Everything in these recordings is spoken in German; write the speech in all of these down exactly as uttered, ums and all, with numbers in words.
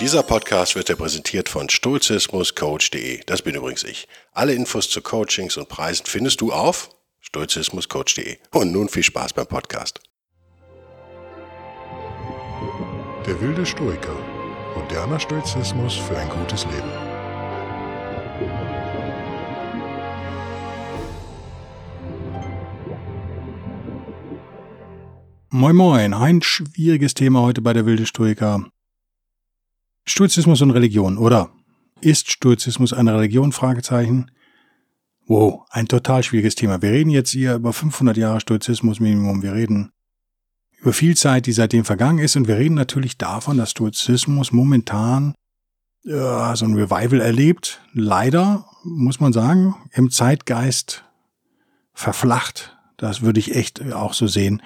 Dieser Podcast wird dir präsentiert von stoizismus coach punkt de. Das bin übrigens ich. Alle Infos zu Coachings und Preisen findest du auf stoizismus coach punkt de. Und nun viel Spaß beim Podcast. Der wilde Stoiker. Moderner Stoizismus für ein gutes Leben. Moin Moin, ein schwieriges Thema heute bei der wilde Stoiker. Stoizismus und Religion, oder? Ist Stoizismus eine Religion? Fragezeichen. Wow, ein total schwieriges Thema. Wir reden jetzt hier über fünfhundert Jahre Stoizismus Minimum. Wir reden über viel Zeit, die seitdem vergangen ist. Und wir reden natürlich davon, dass Stoizismus momentan äh, so ein Revival erlebt. Leider, muss man sagen, im Zeitgeist verflacht. Das würde ich echt auch so sehen.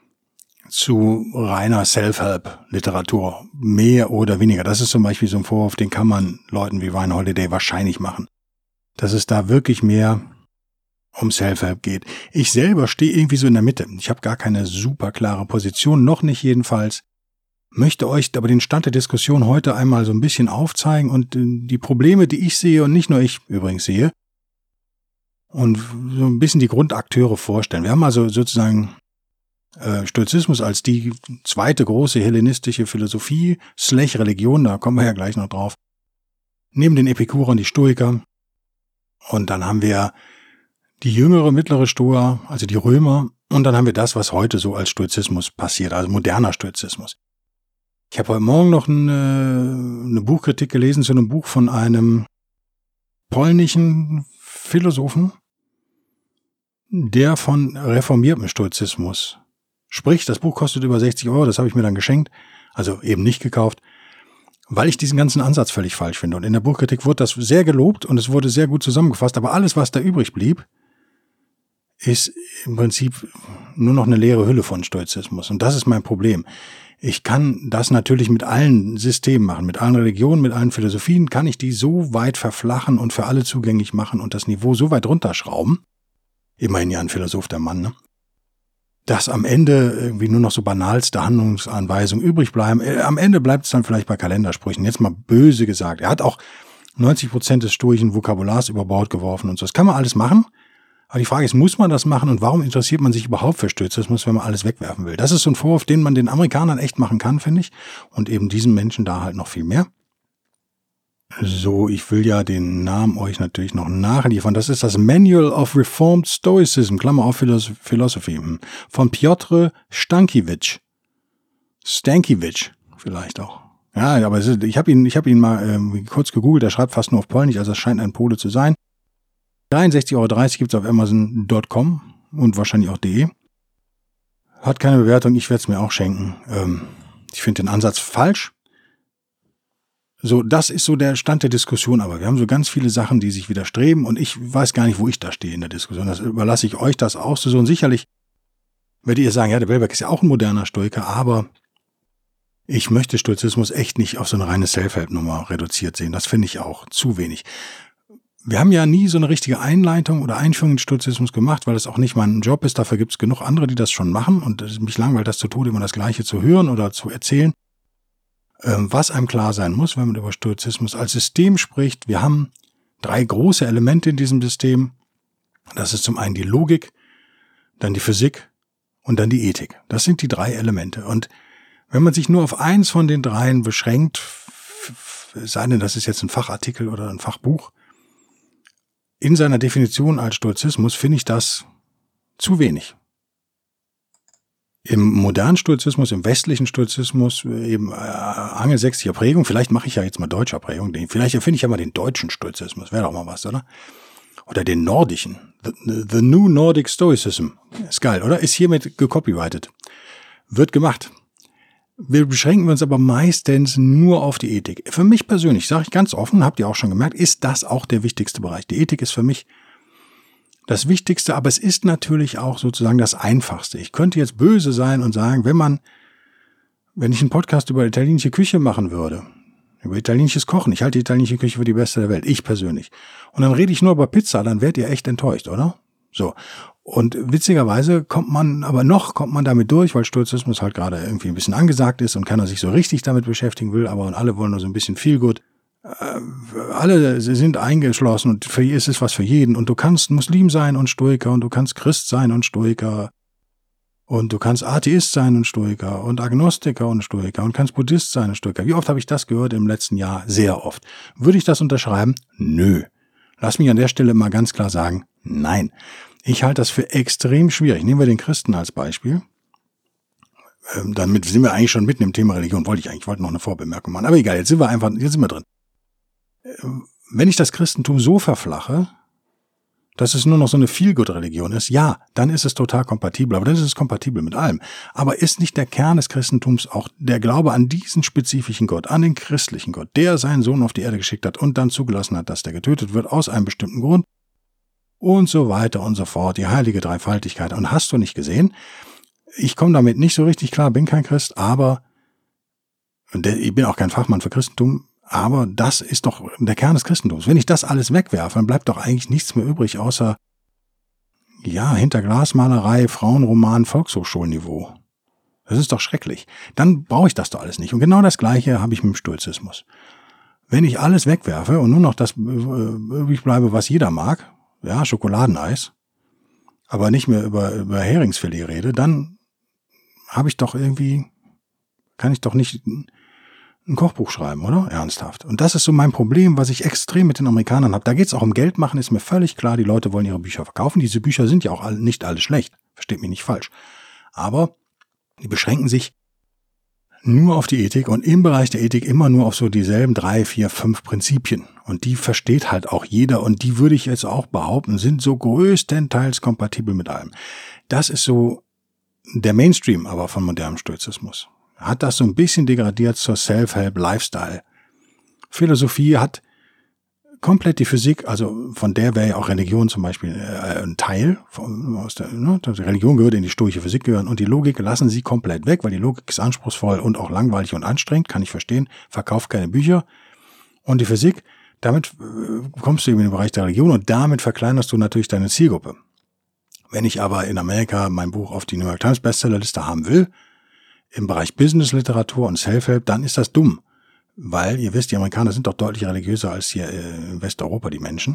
Zu reiner Self-Help-Literatur, mehr oder weniger. Das ist zum Beispiel so ein Vorwurf, den kann man Leuten wie Ryan Holiday wahrscheinlich machen. Dass es da wirklich mehr um Self-Help geht. Ich selber stehe irgendwie so in der Mitte. Ich habe gar keine super klare Position, noch nicht jedenfalls. Möchte euch aber den Stand der Diskussion heute einmal so ein bisschen aufzeigen und die Probleme, die ich sehe und nicht nur ich übrigens sehe, und so ein bisschen die Grundakteure vorstellen. Wir haben also sozusagen Stoizismus als die zweite große hellenistische Philosophie, slash Religion, da kommen wir ja gleich noch drauf. Neben den Epikurern die Stoiker. Und dann haben wir die jüngere, mittlere Stoa, also die Römer. Und dann haben wir das, was heute so als Stoizismus passiert, also moderner Stoizismus. Ich habe heute Morgen noch eine, eine Buchkritik gelesen zu einem Buch von einem polnischen Philosophen, der von reformiertem Stoizismus Sprich, das Buch kostet über sechzig Euro, das habe ich mir dann geschenkt, also eben nicht gekauft, weil ich diesen ganzen Ansatz völlig falsch finde. Und in der Buchkritik wurde das sehr gelobt und es wurde sehr gut zusammengefasst, aber alles, was da übrig blieb, ist im Prinzip nur noch eine leere Hülle von Stoizismus. Und das ist mein Problem. Ich kann das natürlich mit allen Systemen machen, mit allen Religionen, mit allen Philosophien, kann ich die so weit verflachen und für alle zugänglich machen und das Niveau so weit runterschrauben. Immerhin ja ein Philosoph, der Mann, ne? Dass am Ende irgendwie nur noch so banalste Handlungsanweisungen übrig bleiben. Am Ende bleibt es dann vielleicht bei Kalendersprüchen. Jetzt mal böse gesagt. Er hat auch neunzig Prozent des stoischen Vokabulars über Bord geworfen und so. Das kann man alles machen. Aber die Frage ist, muss man das machen und warum interessiert man sich überhaupt für Stoizismus, wenn man alles wegwerfen will? Das ist so ein Vorwurf, den man den Amerikanern echt machen kann, finde ich. Und eben diesen Menschen da halt noch viel mehr. So, ich will ja den Namen euch natürlich noch nachliefern. Das ist das Manual of Reformed Stoicism, Klammer auf Philosophy, von Piotr Stankiewicz. Stankiewicz vielleicht auch. Ja, aber es ist, ich habe ihn, ich habe ihn mal ähm, kurz gegoogelt. Er schreibt fast nur auf Polnisch, also es scheint ein Pole zu sein. dreiundsechzig Euro dreißig gibt's auf amazon punkt com und wahrscheinlich auch .de. Hat keine Bewertung, ich werde es mir auch schenken. Ähm, ich finde den Ansatz falsch. So, das ist so der Stand der Diskussion, aber wir haben so ganz viele Sachen, die sich widerstreben und ich weiß gar nicht, wo ich da stehe in der Diskussion. Das überlasse ich euch, das auszusuchen. Sicherlich werdet ihr sagen, ja, der Welbeck ist ja auch ein moderner Stoiker, aber ich möchte Stoizismus echt nicht auf so eine reine Self-Help-Nummer reduziert sehen. Das finde ich auch zu wenig. Wir haben ja nie so eine richtige Einleitung oder Einführung in Stoizismus gemacht, weil es auch nicht mein Job ist. Dafür gibt es genug andere, die das schon machen und mich langweilt das zu tun, immer das Gleiche zu hören oder zu erzählen. Was einem klar sein muss, wenn man über Stoizismus als System spricht. Wir haben drei große Elemente in diesem System. Das ist zum einen die Logik, dann die Physik und dann die Ethik. Das sind die drei Elemente. Und wenn man sich nur auf eins von den dreien beschränkt, sei denn, das ist jetzt ein Fachartikel oder ein Fachbuch, in seiner Definition als Stoizismus finde ich das zu wenig. Im modernen Stoizismus, im westlichen Stoizismus, eben äh, angelsächsischer Prägung, vielleicht mache ich ja jetzt mal deutscher Prägung, vielleicht erfinde ich ja mal den deutschen Stoizismus, wäre doch mal was, oder? Oder den nordischen, the, the New Nordic Stoicism, ist geil, oder? Ist hiermit gecopyrighted, wird gemacht. Wir beschränken uns aber meistens nur auf die Ethik. Für mich persönlich, sage ich ganz offen, habt ihr auch schon gemerkt, ist das auch der wichtigste Bereich. Die Ethik ist für mich das Wichtigste, aber es ist natürlich auch sozusagen das Einfachste. Ich könnte jetzt böse sein und sagen, wenn man, wenn ich einen Podcast über italienische Küche machen würde, über italienisches Kochen, ich halte die italienische Küche für die beste der Welt, ich persönlich, und dann rede ich nur über Pizza, dann werdet ihr echt enttäuscht, oder? So. Und witzigerweise kommt man, aber noch kommt man damit durch, weil Stoizismus halt gerade irgendwie ein bisschen angesagt ist und keiner sich so richtig damit beschäftigen will, aber alle wollen nur so ein bisschen viel gut. Äh, alle sind eingeschlossen und für es ist was für jeden. Und du kannst Muslim sein und Stoiker und du kannst Christ sein und Stoiker und du kannst Atheist sein und Stoiker und Agnostiker und Stoiker und kannst Buddhist sein und Stoiker. Wie oft habe ich das gehört im letzten Jahr? Sehr oft. Würde ich das unterschreiben? Nö. Lass mich an der Stelle mal ganz klar sagen, nein. Ich halte das für extrem schwierig. Nehmen wir den Christen als Beispiel. Ähm, damit sind wir eigentlich schon mitten im Thema Religion. Wollte ich eigentlich, wollte noch eine Vorbemerkung machen. Aber egal, jetzt sind wir einfach, jetzt sind wir drin. Ähm, wenn ich das Christentum so verflache, dass es nur noch so eine Feel-Good-Religion ist, ja, dann ist es total kompatibel. Aber dann ist es kompatibel mit allem. Aber ist nicht der Kern des Christentums auch der Glaube an diesen spezifischen Gott, an den christlichen Gott, der seinen Sohn auf die Erde geschickt hat und dann zugelassen hat, dass der getötet wird aus einem bestimmten Grund? Und so weiter und so fort, die heilige Dreifaltigkeit. Und hast du nicht gesehen? Ich komme damit nicht so richtig klar, bin kein Christ, aber ich bin auch kein Fachmann für Christentum, aber das ist doch der Kern des Christentums. Wenn ich das alles wegwerfe, dann bleibt doch eigentlich nichts mehr übrig, außer, ja, hinter Glasmalerei, Frauenroman, Volkshochschulniveau. Das ist doch schrecklich. Dann brauche ich das doch alles nicht. Und genau das Gleiche habe ich mit dem Stoizismus. Wenn ich alles wegwerfe und nur noch das übrig bleibe, was jeder mag, ja, Schokoladeneis, aber nicht mehr über, über Heringsfilet rede, dann habe ich doch irgendwie, kann ich doch nicht ein Kochbuch schreiben, oder? Ernsthaft. Und das ist so mein Problem, was ich extrem mit den Amerikanern habe. Da geht es auch um Geld machen, ist mir völlig klar, die Leute wollen ihre Bücher verkaufen. Diese Bücher sind ja auch alle, nicht alle schlecht, versteht mich nicht falsch. Aber die beschränken sich nur auf die Ethik und im Bereich der Ethik immer nur auf so dieselben drei, vier, fünf Prinzipien. Und die versteht halt auch jeder und die würde ich jetzt auch behaupten, sind so größtenteils kompatibel mit allem. Das ist so der Mainstream aber von modernem Stoizismus. Hat das so ein bisschen degradiert zur Self-Help-Lifestyle. Philosophie hat komplett die Physik, also von der wäre ja auch Religion zum Beispiel äh, ein Teil, von, aus der, ne, die Religion gehört in die stoische Physik gehören und die Logik lassen sie komplett weg, weil die Logik ist anspruchsvoll und auch langweilig und anstrengend, kann ich verstehen, verkauft keine Bücher. Und die Physik, damit äh, kommst du eben in den Bereich der Religion und damit verkleinerst du natürlich deine Zielgruppe. Wenn ich aber in Amerika mein Buch auf die New York Times Bestsellerliste haben will, im Bereich Business-Literatur und Self-Help, dann ist das dumm. Weil, ihr wisst, die Amerikaner sind doch deutlich religiöser als hier in Westeuropa die Menschen.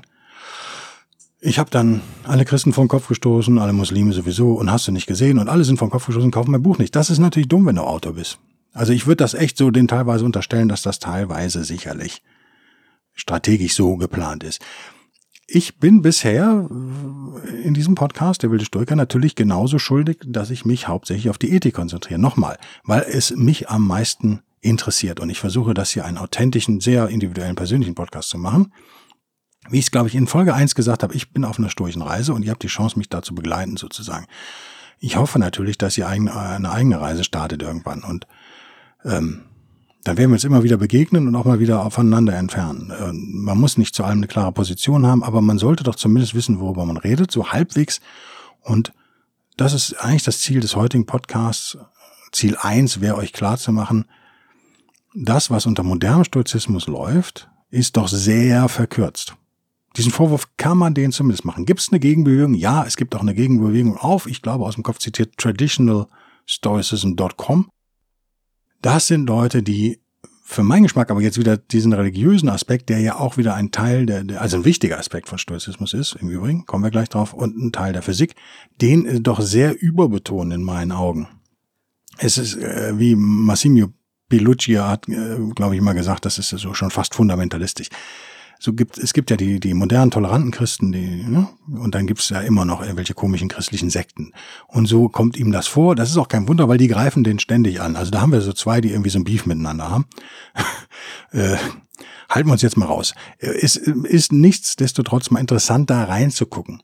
Ich habe dann alle Christen vom Kopf gestoßen, alle Muslime sowieso und hast du nicht gesehen und alle sind vom Kopf gestoßen, kaufen mein Buch nicht. Das ist natürlich dumm, wenn du Autor bist. Also ich würde das echt so denen teilweise unterstellen, dass das teilweise sicherlich strategisch so geplant ist. Ich bin bisher in diesem Podcast, der wilde Stoiker, natürlich genauso schuldig, dass ich mich hauptsächlich auf die Ethik konzentriere. Nochmal, weil es mich am meisten interessiert. Und ich versuche, das hier einen authentischen, sehr individuellen, persönlichen Podcast zu machen. Wie ich es, glaube ich, in Folge eins gesagt habe, ich bin auf einer stoischen Reise und ihr habt die Chance, mich da zu begleiten, sozusagen. Ich hoffe natürlich, dass ihr eine eigene Reise startet irgendwann. Und ähm, dann werden wir uns immer wieder begegnen und auch mal wieder aufeinander entfernen. Man muss nicht zu allem eine klare Position haben, aber man sollte doch zumindest wissen, worüber man redet, so halbwegs. Und das ist eigentlich das Ziel des heutigen Podcasts. Ziel eins wäre euch klar zu machen, das, was unter modernem Stoizismus läuft, ist doch sehr verkürzt. Diesen Vorwurf kann man denen zumindest machen. Gibt es eine Gegenbewegung? Ja, es gibt auch eine Gegenbewegung auf, ich glaube aus dem Kopf zitiert, traditional stoicism dot com. Das sind Leute, die für meinen Geschmack aber jetzt wieder diesen religiösen Aspekt, der ja auch wieder ein Teil, der, der also ein wichtiger Aspekt von Stoizismus ist, im Übrigen, kommen wir gleich drauf, und ein Teil der Physik, den doch sehr überbetonen in meinen Augen. Es ist äh, wie Massimo Piluccia hat, äh, glaube ich, mal gesagt, das ist so schon fast fundamentalistisch. So gibt es gibt ja die die modernen toleranten Christen, die ne? Und dann gibt es ja immer noch irgendwelche komischen christlichen Sekten. Und so kommt ihm das vor. Das ist auch kein Wunder, weil die greifen den ständig an. Also da haben wir so zwei, die irgendwie so ein Beef miteinander haben. äh, halten wir uns jetzt mal raus. Es ist nichtsdestotrotz mal interessant, da reinzugucken.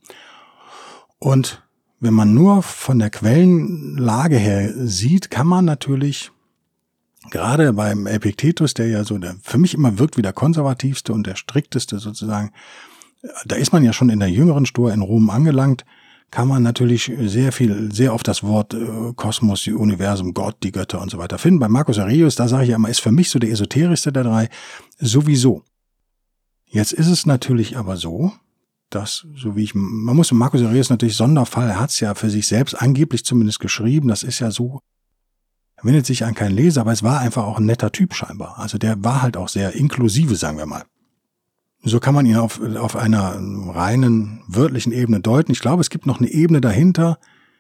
Und wenn man nur von der Quellenlage her sieht, kann man natürlich gerade beim Epiktetus, der ja so der für mich immer wirkt wie der konservativste und der strikteste sozusagen, da ist man ja schon in der jüngeren Stoa in Rom angelangt, kann man natürlich sehr viel, sehr oft das Wort äh, Kosmos, Universum, Gott, die Götter und so weiter finden. Bei Marcus Aurelius, da sage ich ja immer, ist für mich so der esoterischste der drei, sowieso. Jetzt ist es natürlich aber so, das, so wie ich, man muss, Marcus Aurelius natürlich Sonderfall, er hat es ja für sich selbst angeblich zumindest geschrieben, das ist ja so, er wendet sich an keinen Leser, aber es war einfach auch ein netter Typ scheinbar. Also der war halt auch sehr inklusive, sagen wir mal. So kann man ihn auf, auf einer reinen wörtlichen Ebene deuten. Ich glaube, es gibt noch eine Ebene dahinter.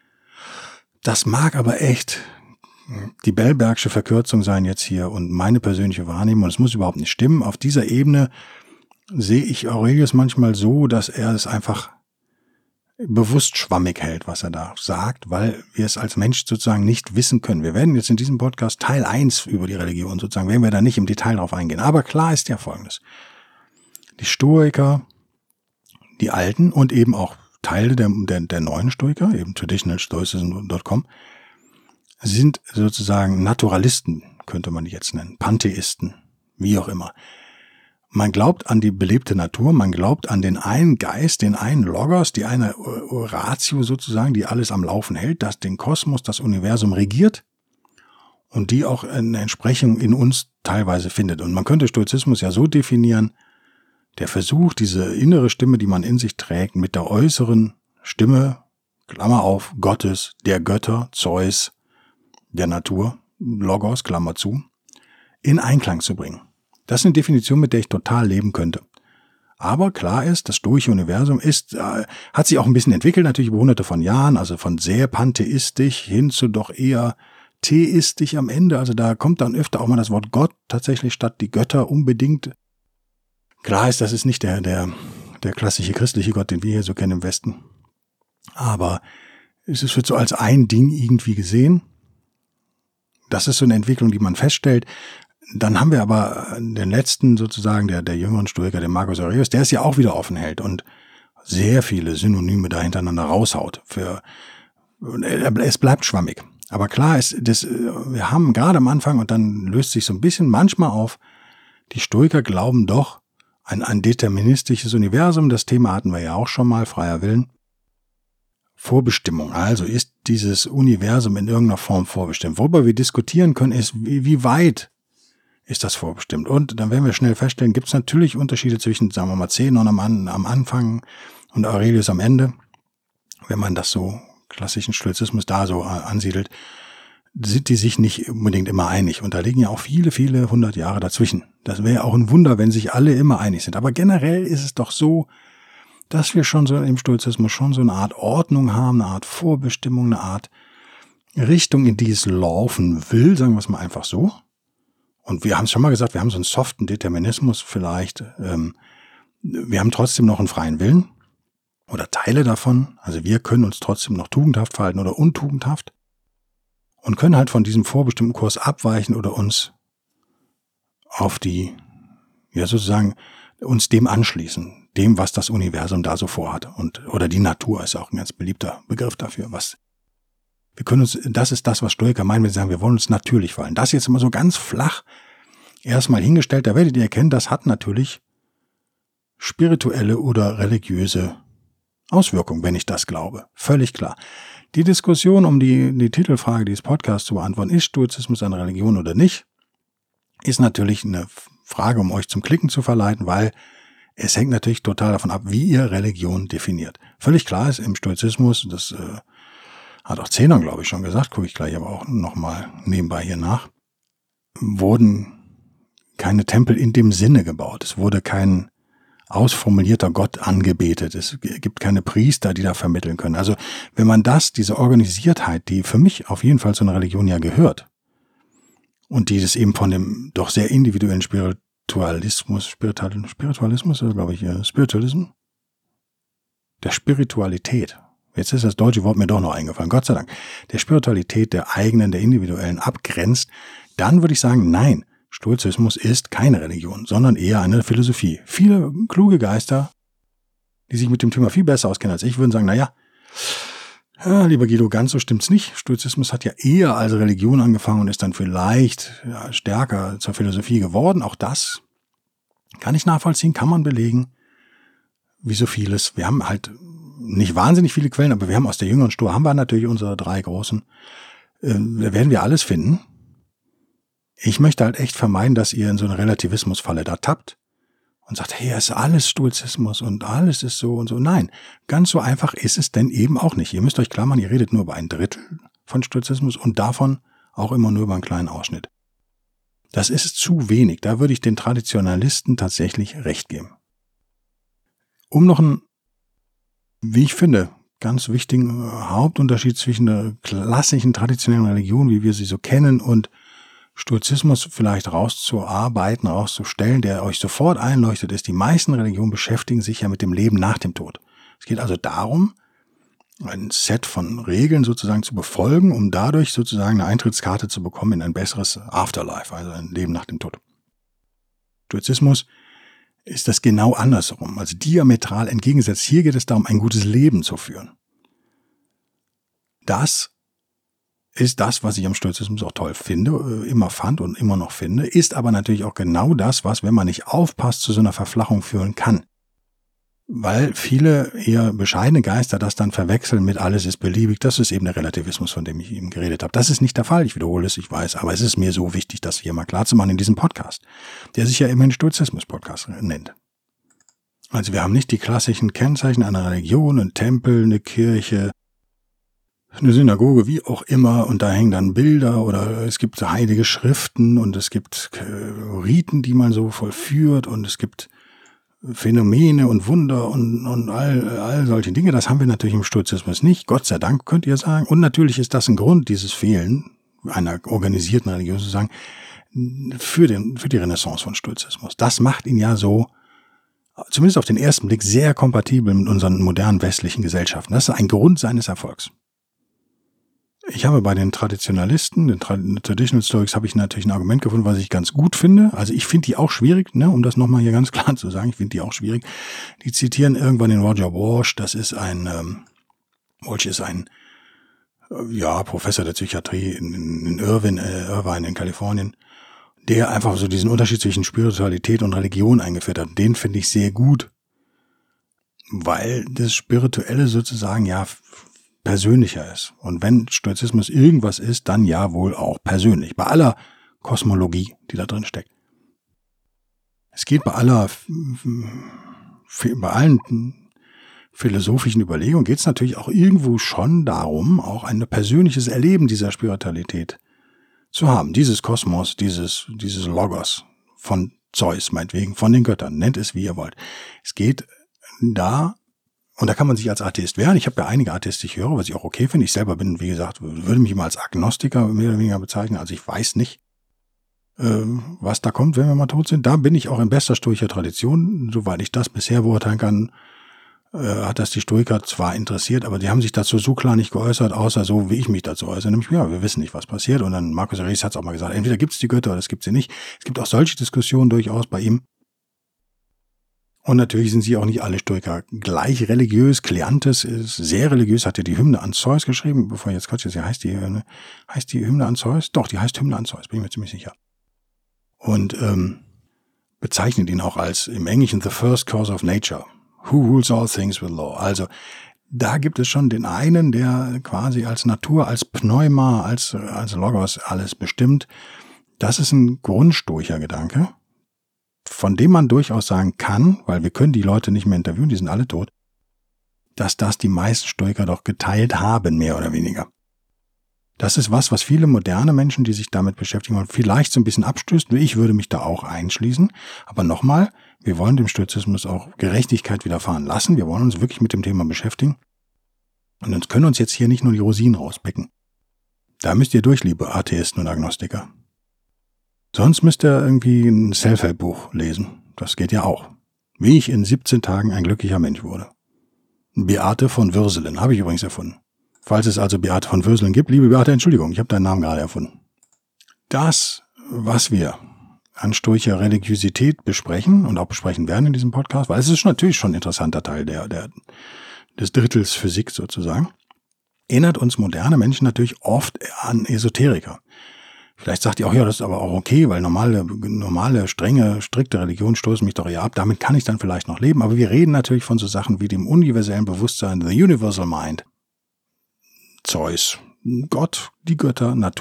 Das mag aber echt die Bellbergsche Verkürzung sein jetzt hier und meine persönliche Wahrnehmung. Es muss überhaupt nicht stimmen. Auf dieser Ebene sehe ich Aurelius manchmal so, dass er es einfach bewusst schwammig hält, was er da sagt, weil wir es als Mensch sozusagen nicht wissen können. Wir werden jetzt in diesem Podcast Teil eins über die Religion sozusagen, werden wir da nicht im Detail drauf eingehen. Aber klar ist ja Folgendes. Die Stoiker, die Alten und eben auch Teile der, der, der neuen Stoiker, eben traditional stoicism dot com, sind sozusagen Naturalisten, könnte man die jetzt nennen, Pantheisten, wie auch immer. Man glaubt an die belebte Natur, man glaubt an den einen Geist, den einen Logos, die eine Ratio sozusagen, die alles am Laufen hält, das den Kosmos, das Universum regiert und die auch eine Entsprechung in uns teilweise findet. Und man könnte Stoizismus ja so definieren, der Versuch, diese innere Stimme, die man in sich trägt, mit der äußeren Stimme, Klammer auf, Gottes, der Götter, Zeus, der Natur, Logos, Klammer zu, in Einklang zu bringen. Das ist eine Definition, mit der ich total leben könnte. Aber klar ist, das stoische Universum ist, äh, hat sich auch ein bisschen entwickelt, natürlich über hunderte von Jahren, also von sehr pantheistisch hin zu doch eher theistisch am Ende. Also da kommt dann öfter auch mal das Wort Gott tatsächlich statt die Götter unbedingt. Klar ist, das ist nicht der, der, der klassische christliche Gott, den wir hier so kennen im Westen. Aber es wird so als ein Ding irgendwie gesehen. Das ist so eine Entwicklung, die man feststellt. Dann haben wir aber den letzten sozusagen, der, der jüngeren Stoiker, den Marcus Aurelius, der es ja auch wieder offen hält und sehr viele Synonyme da hintereinander raushaut. Für, es bleibt schwammig. Aber klar ist, das, wir haben gerade am Anfang, und dann löst sich so ein bisschen manchmal auf, die Stoiker glauben doch an ein deterministisches Universum. Das Thema hatten wir ja auch schon mal, freier Willen. Vorbestimmung. Also ist dieses Universum in irgendeiner Form vorbestimmt. Worüber wir diskutieren können, ist, wie, wie weit ist das vorbestimmt. Und dann werden wir schnell feststellen, gibt es natürlich Unterschiede zwischen, sagen wir mal, Zenon am, am Anfang und Aurelius am Ende. Wenn man das so klassischen Stoizismus da so ansiedelt, sind die sich nicht unbedingt immer einig. Und da liegen ja auch viele, viele hundert Jahre dazwischen. Das wäre auch ein Wunder, wenn sich alle immer einig sind. Aber generell ist es doch so, dass wir schon so im Stoizismus schon so eine Art Ordnung haben, eine Art Vorbestimmung, eine Art Richtung, in die es laufen will, sagen wir es mal einfach so. Und wir haben es schon mal gesagt, wir haben so einen soften Determinismus vielleicht. Ähm, wir haben trotzdem noch einen freien Willen oder Teile davon. Also wir können uns trotzdem noch tugendhaft verhalten oder untugendhaft und können halt von diesem vorbestimmten Kurs abweichen oder uns auf die, ja sozusagen, uns dem anschließen, dem, was das Universum da so vorhat. Und, oder die Natur ist auch ein ganz beliebter Begriff dafür, was wir können uns, das ist das, was Stoiker meinen, wenn sie sagen, wir wollen uns natürlich verhalten. Das jetzt immer so ganz flach erstmal hingestellt, da werdet ihr erkennen, das hat natürlich spirituelle oder religiöse Auswirkungen, wenn ich das glaube. Völlig klar. Die Diskussion um die, die Titelfrage dieses Podcasts zu beantworten, ist Stoizismus eine Religion oder nicht, ist natürlich eine Frage, um euch zum Klicken zu verleiten, weil es hängt natürlich total davon ab, wie ihr Religion definiert. Völlig klar ist im Stoizismus, das äh, hat auch Zenon, glaube ich, schon gesagt, gucke ich gleich aber auch nochmal nebenbei hier nach, wurden keine Tempel in dem Sinne gebaut. Es wurde kein ausformulierter Gott angebetet. Es gibt keine Priester, die da vermitteln können. Also wenn man das, diese Organisiertheit, die für mich auf jeden Fall zu einer Religion ja gehört und die das eben von dem doch sehr individuellen Spiritualismus, Spiritual, Spiritualismus, also glaube ich, Spiritualism, der Spiritualität, jetzt ist das deutsche Wort mir doch noch eingefallen, Gott sei Dank, der Spiritualität der eigenen, der individuellen abgrenzt, dann würde ich sagen, nein, Stoizismus ist keine Religion, sondern eher eine Philosophie. Viele kluge Geister, die sich mit dem Thema viel besser auskennen als ich, würden sagen, naja, ja, lieber Guido, ganz so stimmt's nicht. Stoizismus hat ja eher als Religion angefangen und ist dann vielleicht ja, stärker zur Philosophie geworden. Auch das kann ich nachvollziehen, kann man belegen, wie so vieles. Wir haben halt nicht wahnsinnig viele Quellen, aber wir haben aus der jüngeren Stoa, haben wir natürlich unsere drei großen, äh, da werden wir alles finden. Ich möchte halt echt vermeiden, dass ihr in so eine Relativismusfalle da tappt und sagt, hey, es ist alles Stoizismus und alles ist so und so. Nein, ganz so einfach ist es denn eben auch nicht. Ihr müsst euch klar machen, ihr redet nur über ein Drittel von Stoizismus und davon auch immer nur über einen kleinen Ausschnitt. Das ist zu wenig. Da würde ich den Traditionalisten tatsächlich recht geben. Um noch einen, wie ich finde, ganz wichtigen Hauptunterschied zwischen der klassischen traditionellen Religion, wie wir sie so kennen, und Stoizismus vielleicht rauszuarbeiten, rauszustellen, der euch sofort einleuchtet, ist, die meisten Religionen beschäftigen sich ja mit dem Leben nach dem Tod. Es geht also darum, ein Set von Regeln sozusagen zu befolgen, um dadurch sozusagen eine Eintrittskarte zu bekommen in ein besseres Afterlife, also ein Leben nach dem Tod. Stoizismus ist das genau andersrum, also diametral entgegengesetzt. Hier geht es darum, ein gutes Leben zu führen. Das ist das, was ich am Stoizismus auch toll finde, immer fand und immer noch finde, ist aber natürlich auch genau das, was, wenn man nicht aufpasst, zu so einer Verflachung führen kann. Weil viele eher bescheidene Geister das dann verwechseln mit alles ist beliebig. Das ist eben der Relativismus, von dem ich eben geredet habe. Das ist nicht der Fall, ich wiederhole es, ich weiß, aber es ist mir so wichtig, das hier mal klar zu machen in diesem Podcast, der sich ja immerhin Stoizismus-Podcast nennt. Also wir haben nicht die klassischen Kennzeichen einer Religion, ein Tempel, eine Kirche, eine Synagoge, wie auch immer, und da hängen dann Bilder oder es gibt heilige Schriften und es gibt Riten, die man so vollführt und es gibt Phänomene und Wunder und, und all, all solche Dinge. Das haben wir natürlich im Stoizismus nicht. Gott sei Dank, könnt ihr sagen. Und natürlich ist das ein Grund, dieses Fehlen einer organisierten Religion sozusagen, für, den, für die Renaissance von Stoizismus. Das macht ihn ja so, zumindest auf den ersten Blick, sehr kompatibel mit unseren modernen westlichen Gesellschaften. Das ist ein Grund seines Erfolgs. Ich habe bei den Traditionalisten, den Traditional Stoics, habe ich natürlich ein Argument gefunden, was ich ganz gut finde. Also ich finde die auch schwierig, ne, um das nochmal hier ganz klar zu sagen, ich finde die auch schwierig. Die zitieren irgendwann den Roger Walsh, das ist ein, ähm, Walsh ist ein, äh, ja, Professor der Psychiatrie in, in, in Irvine, äh, Irvine in Kalifornien, der einfach so diesen Unterschied zwischen Spiritualität und Religion eingeführt hat. Den finde ich sehr gut, weil das Spirituelle sozusagen, ja, persönlicher ist. Und wenn Stoizismus irgendwas ist, dann ja wohl auch persönlich. Bei aller Kosmologie, die da drin steckt. Es geht bei aller, bei allen philosophischen Überlegungen geht es natürlich auch irgendwo schon darum, auch ein persönliches Erleben dieser Spiritualität zu haben. Dieses Kosmos, dieses, dieses Logos von Zeus, meinetwegen, von den Göttern, nennt es wie ihr wollt. Es geht da, und da kann man sich als Atheist wehren. Ich habe ja einige atheistische Hörer, was ich auch okay finde. Ich selber bin, wie gesagt, würde mich immer als Agnostiker mehr oder weniger bezeichnen. Also ich weiß nicht, äh, was da kommt, wenn wir mal tot sind. Da bin ich auch in bester stoischer Tradition. Soweit ich das bisher beurteilen kann, äh, hat das die Stoiker zwar interessiert, aber die haben sich dazu so klar nicht geäußert, außer so, wie ich mich dazu äußere. Nämlich, ja, wir wissen nicht, was passiert. Und dann Marcus Aurelius hat es auch mal gesagt, entweder gibt es die Götter oder es gibt sie nicht. Es gibt auch solche Diskussionen durchaus bei ihm. Und natürlich sind sie auch nicht alle Stoiker gleich religiös. Kleantes ist sehr religiös, hat ja die Hymne an Zeus geschrieben, bevor ich jetzt Quatsch ist, ja, heißt die, ne? heißt die Hymne an Zeus? Doch, die heißt Hymne an Zeus, bin ich mir ziemlich sicher. Und ähm, bezeichnet ihn auch als im Englischen the first cause of nature. Who rules all things with law? Also da gibt es schon den einen, der quasi als Natur, als Pneuma, als, als Logos alles bestimmt. Das ist ein grundstoischer Gedanke, von dem man durchaus sagen kann, weil wir können die Leute nicht mehr interviewen, die sind alle tot, dass das die meisten Stoiker doch geteilt haben, mehr oder weniger. Das ist was, was viele moderne Menschen, die sich damit beschäftigen wollen, vielleicht so ein bisschen abstößt. Ich würde mich da auch einschließen. Aber nochmal, wir wollen dem Stoizismus auch Gerechtigkeit widerfahren lassen. Wir wollen uns wirklich mit dem Thema beschäftigen. Und uns können uns jetzt hier nicht nur die Rosinen rauspicken. Da müsst ihr durch, liebe Atheisten und Agnostiker. Sonst müsst ihr irgendwie ein Self-Help-Buch lesen. Das geht ja auch. Wie ich in siebzehn Tagen ein glücklicher Mensch wurde. Beate von Würselen habe ich übrigens erfunden. Falls es also Beate von Würselen gibt, liebe Beate, Entschuldigung, ich habe deinen Namen gerade erfunden. Das, was wir an stoischer Religiosität besprechen und auch besprechen werden in diesem Podcast, weil es ist natürlich schon ein interessanter Teil der, der, des Drittels Physik sozusagen, erinnert uns moderne Menschen natürlich oft an Esoteriker. Vielleicht sagt ihr auch, ja, das ist aber auch okay, weil normale, normale, strenge, strikte Religionen stoßen mich doch eher ab. Damit kann ich dann vielleicht noch leben. Aber wir reden natürlich von so Sachen wie dem universellen Bewusstsein, the universal mind. Zeus, Gott, die Götter, Natur,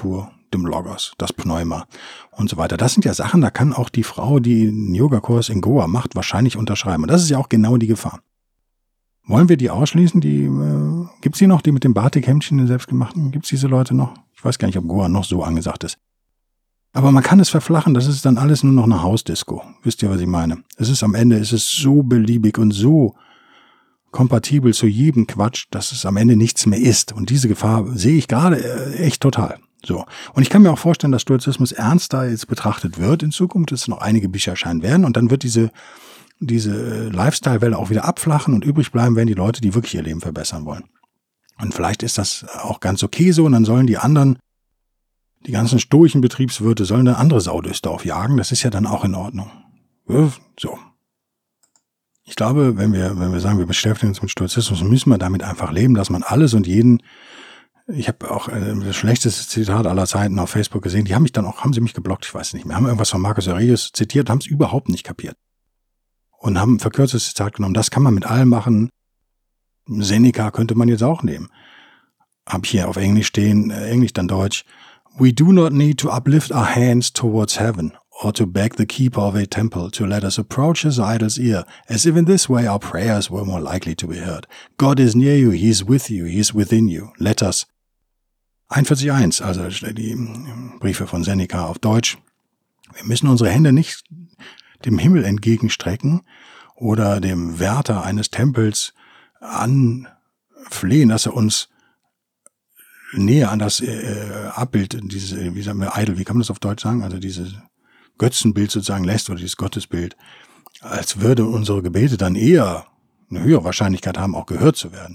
dem Logos, das Pneuma und so weiter. Das sind ja Sachen, da kann auch die Frau, die einen Yogakurs in Goa macht, wahrscheinlich unterschreiben. Und das ist ja auch genau die Gefahr. Wollen wir die ausschließen? Die äh, gibt's die noch, die mit dem Batik-Hemdchen, den selbstgemachten? Gibt's diese Leute noch? Ich weiß gar nicht, ob Goa noch so angesagt ist. Aber man kann es verflachen, das ist dann alles nur noch eine Hausdisco. Wisst ihr, was ich meine? Es ist am Ende, es ist so beliebig und so kompatibel zu jedem Quatsch, dass es am Ende nichts mehr ist. Und diese Gefahr sehe ich gerade echt total. So. Und ich kann mir auch vorstellen, dass Stoizismus ernster jetzt betrachtet wird in Zukunft, dass noch einige Bücher erscheinen werden und dann wird diese diese Lifestyle-Welle auch wieder abflachen und übrig bleiben werden die Leute, die wirklich ihr Leben verbessern wollen. Und vielleicht ist das auch ganz okay so und dann sollen die anderen, die ganzen stoischen Betriebswirte, sollen eine andere Saudüste aufjagen. Das ist ja dann auch in Ordnung. So. Ich glaube, wenn wir, wenn wir sagen, wir beschäftigen uns mit Stoizismus, müssen wir damit einfach leben, dass man alles und jeden, ich habe auch das schlechteste Zitat aller Zeiten auf Facebook gesehen, die haben mich dann auch, haben sie mich geblockt, ich weiß nicht mehr, haben irgendwas von Marcus Aurelius zitiert, haben es überhaupt nicht kapiert. Und haben ein verkürztes Zitat genommen. Das kann man mit allem machen. Seneca könnte man jetzt auch nehmen. Hab hier auf Englisch stehen, äh, Englisch dann Deutsch. We do not need to uplift our hands towards heaven or to beg the keeper of a temple to let us approach his idol's ear, as if in this way our prayers were more likely to be heard. God is near you, he is with you, he is within you. Let us. einundvierzig eins, also die Briefe von Seneca auf Deutsch. Wir müssen unsere Hände nicht dem Himmel entgegenstrecken oder dem Wärter eines Tempels anflehen, dass er uns näher an das äh, Abbild, dieses, wie sagen wir, Idol, wie kann man das auf Deutsch sagen, also dieses Götzenbild sozusagen lässt oder dieses Gottesbild, als würde unsere Gebete dann eher eine höhere Wahrscheinlichkeit haben, auch gehört zu werden.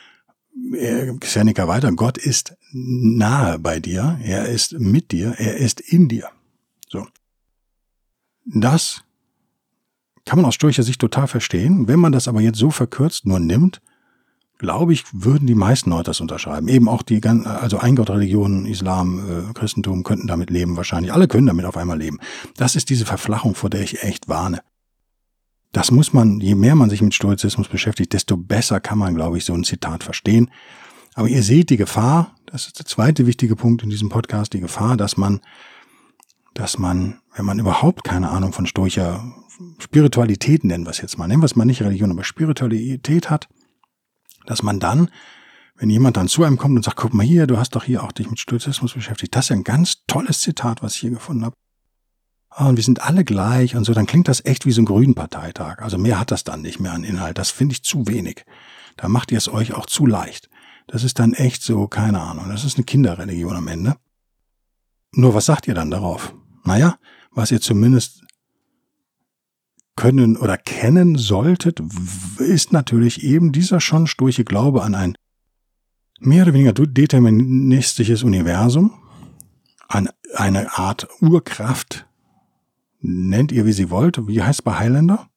Seneca weiter, Gott ist nahe bei dir, er ist mit dir, er ist in dir. So. Das kann man aus stoischer Sicht total verstehen. Wenn man das aber jetzt so verkürzt nur nimmt, glaube ich, würden die meisten Leute das unterschreiben. Eben auch die, also Eingottreligionen, Islam, äh, Christentum könnten damit leben wahrscheinlich. Alle können damit auf einmal leben. Das ist diese Verflachung, vor der ich echt warne. Das muss man, je mehr man sich mit Stoizismus beschäftigt, desto besser kann man, glaube ich, so ein Zitat verstehen. Aber ihr seht die Gefahr, das ist der zweite wichtige Punkt in diesem Podcast, die Gefahr, dass man, dass man, wenn man überhaupt keine Ahnung von stoischer Spiritualität, nennen wir es jetzt mal, nennen wir es mal nicht Religion, aber Spiritualität hat, dass man dann, wenn jemand dann zu einem kommt und sagt, guck mal hier, du hast doch hier auch dich mit Stoizismus beschäftigt, das ist ja ein ganz tolles Zitat, was ich hier gefunden habe. Und wir sind alle gleich und so, dann klingt das echt wie so ein Grünen-Parteitag. Also mehr hat das dann nicht mehr an Inhalt. Das finde ich zu wenig. Da macht ihr es euch auch zu leicht. Das ist dann echt so, keine Ahnung, das ist eine Kinderreligion am Ende. Nur was sagt ihr dann darauf? Naja, was ihr zumindest können oder kennen solltet, ist natürlich eben dieser schon stoische Glaube an ein mehr oder weniger deterministisches Universum, an eine Art Urkraft, nennt ihr wie sie wollt, wie heißt es bei Highlander?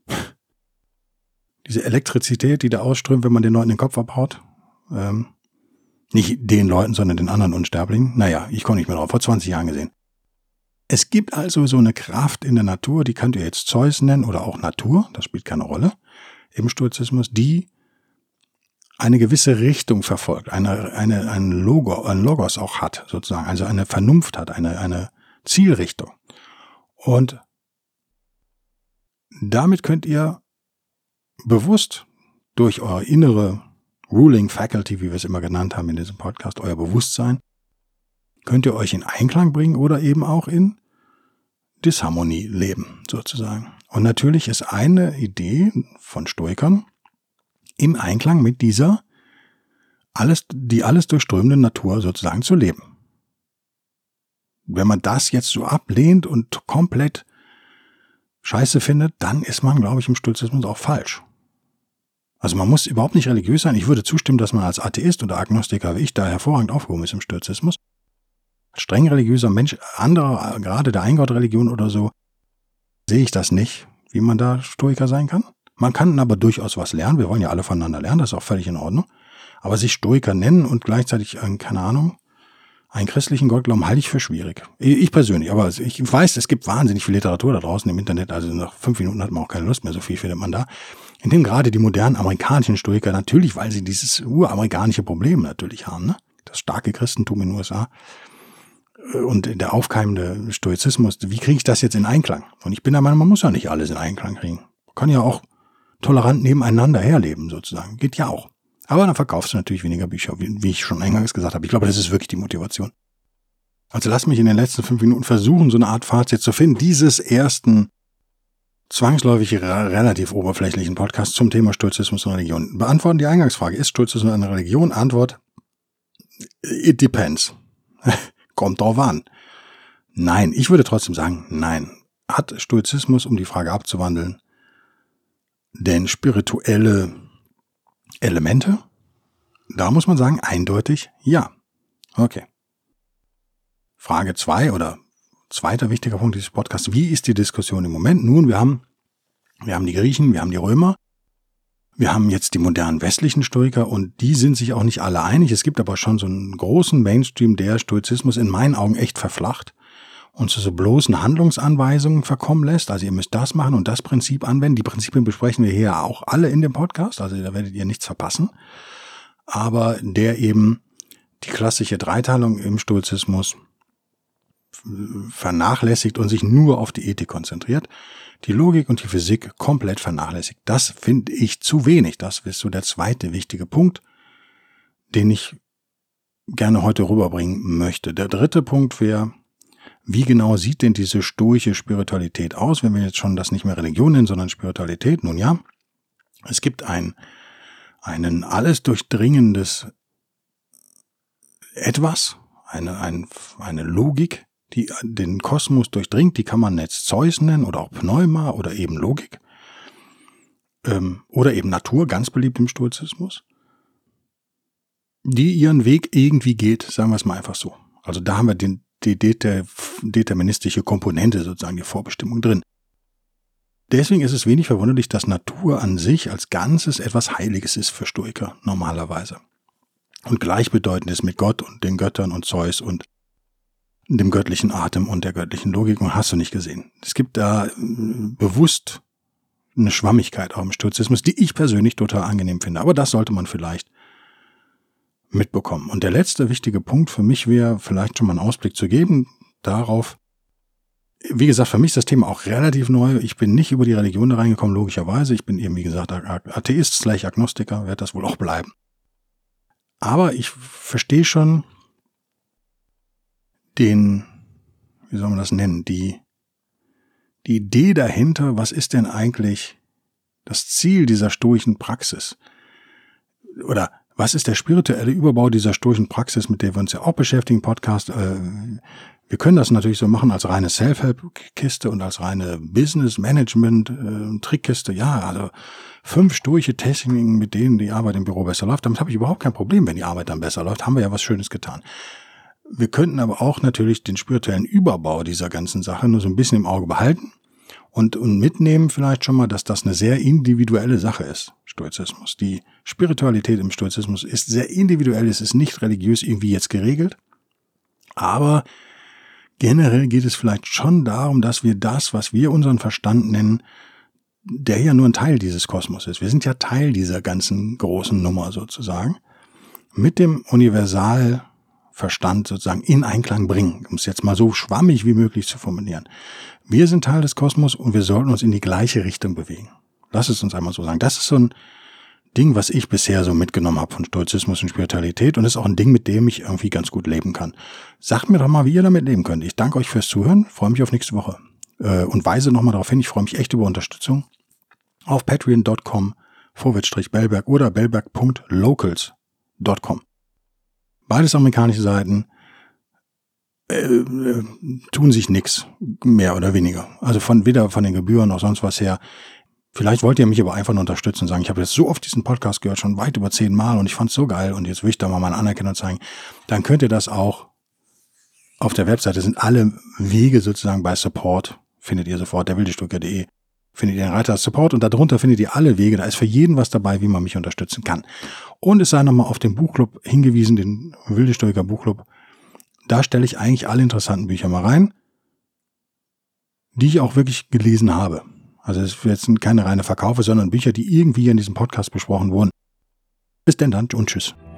Diese Elektrizität, die da ausströmt, wenn man den Leuten den Kopf abhaut. Ähm, nicht den Leuten, sondern den anderen Unsterblichen. Naja, ich komme nicht mehr drauf, vor zwanzig Jahren gesehen. Es gibt also so eine Kraft in der Natur, die könnt ihr jetzt Zeus nennen oder auch Natur, das spielt keine Rolle im Stoizismus, die eine gewisse Richtung verfolgt, eine, eine, ein, Logo, ein Logos auch hat, sozusagen, also eine Vernunft hat, eine, eine Zielrichtung. Und damit könnt ihr bewusst durch eure innere Ruling Faculty, wie wir es immer genannt haben in diesem Podcast, euer Bewusstsein, könnt ihr euch in Einklang bringen oder eben auch in Disharmonie leben, sozusagen. Und natürlich ist eine Idee von Stoikern, im Einklang mit dieser alles, die alles durchströmende Natur sozusagen zu leben. Wenn man das jetzt so ablehnt und komplett scheiße findet, dann ist man, glaube ich, im Stoizismus auch falsch. Also man muss überhaupt nicht religiös sein. Ich würde zustimmen, dass man als Atheist oder Agnostiker wie ich da hervorragend aufgehoben ist im Stoizismus. Als streng religiöser Mensch anderer, gerade der Eingottreligion oder so, sehe ich das nicht, wie man da Stoiker sein kann. Man kann aber durchaus was lernen. Wir wollen ja alle voneinander lernen, das ist auch völlig in Ordnung. Aber sich Stoiker nennen und gleichzeitig, keine Ahnung, einen christlichen Gott glauben, halte ich für schwierig. Ich persönlich, aber ich weiß, es gibt wahnsinnig viel Literatur da draußen im Internet, also nach fünf Minuten hat man auch keine Lust mehr, so viel findet man da. In dem gerade die modernen amerikanischen Stoiker, natürlich, weil sie dieses uramerikanische Problem natürlich haben, ne? Das starke Christentum in den U S A, und der aufkeimende Stoizismus, wie kriege ich das jetzt in Einklang? Und ich bin der Meinung, man muss ja nicht alles in Einklang kriegen. Man kann ja auch tolerant nebeneinander herleben, sozusagen. Geht ja auch. Aber dann verkaufst du natürlich weniger Bücher, wie, wie ich schon eingangs gesagt habe. Ich glaube, das ist wirklich die Motivation. Also lass mich in den letzten fünf Minuten versuchen, so eine Art Fazit zu finden. Dieses ersten zwangsläufig relativ oberflächlichen Podcast zum Thema Stoizismus und Religion. Beantworten die Eingangsfrage. Ist Stoizismus eine Religion? Antwort: It depends. Kommt drauf an. Nein, ich würde trotzdem sagen, nein. Hat Stoizismus, um die Frage abzuwandeln, denn spirituelle Elemente? Da muss man sagen, eindeutig ja. Okay. Frage zwei oder zweiter wichtiger Punkt dieses Podcasts. Wie ist die Diskussion im Moment? Nun, wir haben, wir haben die Griechen, wir haben die Römer, wir haben jetzt die modernen westlichen Stoiker und die sind sich auch nicht alle einig. Es gibt aber schon so einen großen Mainstream, der Stoizismus in meinen Augen echt verflacht und zu so bloßen Handlungsanweisungen verkommen lässt. Also ihr müsst das machen und das Prinzip anwenden. Die Prinzipien besprechen wir hier auch alle in dem Podcast, also da werdet ihr nichts verpassen. Aber der eben die klassische Dreiteilung im Stoizismus vernachlässigt und sich nur auf die Ethik konzentriert, die Logik und die Physik komplett vernachlässigt. Das finde ich zu wenig. Das ist so der zweite wichtige Punkt, den ich gerne heute rüberbringen möchte. Der dritte Punkt wäre, wie genau sieht denn diese stoische Spiritualität aus, wenn wir jetzt schon das nicht mehr Religion nennen, sondern Spiritualität? Nun ja, es gibt ein, einen alles durchdringendes Etwas, eine, ein, eine Logik, die den Kosmos durchdringt, die kann man jetzt Zeus nennen oder auch Pneuma oder eben Logik ähm, oder eben Natur, ganz beliebt im Stoizismus, die ihren Weg irgendwie geht, sagen wir es mal einfach so. Also da haben wir den, die det- deterministische Komponente sozusagen, die Vorbestimmung drin. Deswegen ist es wenig verwunderlich, dass Natur an sich als Ganzes etwas Heiliges ist für Stoiker normalerweise und gleichbedeutend ist mit Gott und den Göttern und Zeus und dem göttlichen Atem und der göttlichen Logik und hast du nicht gesehen. Es gibt da äh, bewusst eine Schwammigkeit auch im Stoizismus, die ich persönlich total angenehm finde. Aber das sollte man vielleicht mitbekommen. Und der letzte wichtige Punkt für mich wäre, vielleicht schon mal einen Ausblick zu geben darauf. Wie gesagt, für mich ist das Thema auch relativ neu. Ich bin nicht über die Religion da reingekommen, logischerweise. Ich bin eben, wie gesagt, Atheist slash Agnostiker, werde das wohl auch bleiben. Aber ich verstehe schon den, wie soll man das nennen, die, die Idee dahinter, was ist denn eigentlich das Ziel dieser stoischen Praxis? Oder was ist der spirituelle Überbau dieser stoischen Praxis, mit der wir uns ja auch beschäftigen, Podcast? Wir können das natürlich so machen als reine Self-Help-Kiste und als reine Business-Management-Trickkiste. Ja, also fünf stoische Techniken, mit denen die Arbeit im Büro besser läuft. Damit habe ich überhaupt kein Problem, wenn die Arbeit dann besser läuft. Haben wir ja was Schönes getan. Wir könnten aber auch natürlich den spirituellen Überbau dieser ganzen Sache nur so ein bisschen im Auge behalten und, und mitnehmen vielleicht schon mal, dass das eine sehr individuelle Sache ist, Stoizismus. Die Spiritualität im Stoizismus ist sehr individuell, es ist nicht religiös irgendwie jetzt geregelt, aber generell geht es vielleicht schon darum, dass wir das, was wir unseren Verstand nennen, der ja nur ein Teil dieses Kosmos ist. Wir sind ja Teil dieser ganzen großen Nummer sozusagen, mit dem Universal Verstand sozusagen in Einklang bringen, um es jetzt mal so schwammig wie möglich zu formulieren. Wir sind Teil des Kosmos und wir sollten uns in die gleiche Richtung bewegen. Lass es uns einmal so sagen. Das ist so ein Ding, was ich bisher so mitgenommen habe von Stoizismus und Spiritualität und ist auch ein Ding, mit dem ich irgendwie ganz gut leben kann. Sagt mir doch mal, wie ihr damit leben könnt. Ich danke euch fürs Zuhören, freue mich auf nächste Woche und weise nochmal darauf hin, ich freue mich echt über Unterstützung auf patreon.com vorwärtsstrich Bellberg oder bellberg punkt locals punkt com. Beides amerikanische Seiten äh, äh, tun sich nichts, mehr oder weniger. Also von weder von den Gebühren noch sonst was her. Vielleicht wollt ihr mich aber einfach nur unterstützen und sagen, ich habe jetzt so oft diesen Podcast gehört, schon weit über zehn Mal und ich fand es so geil und jetzt will ich da mal meine Anerkennung zeigen. Dann könnt ihr das auch auf der Webseite, sind alle Wege sozusagen bei Support, findet ihr sofort, der wilde stoiker punkt de, findet ihr den Reiter Support und darunter findet ihr alle Wege, da ist für jeden was dabei, wie man mich unterstützen kann. Und es sei nochmal auf den Buchclub hingewiesen, den Wilde Stoiker Buchclub. Da stelle ich eigentlich alle interessanten Bücher mal rein, die ich auch wirklich gelesen habe. Also es sind jetzt keine reine Verkaufe, sondern Bücher, die irgendwie in diesem Podcast besprochen wurden. Bis denn dann und tschüss.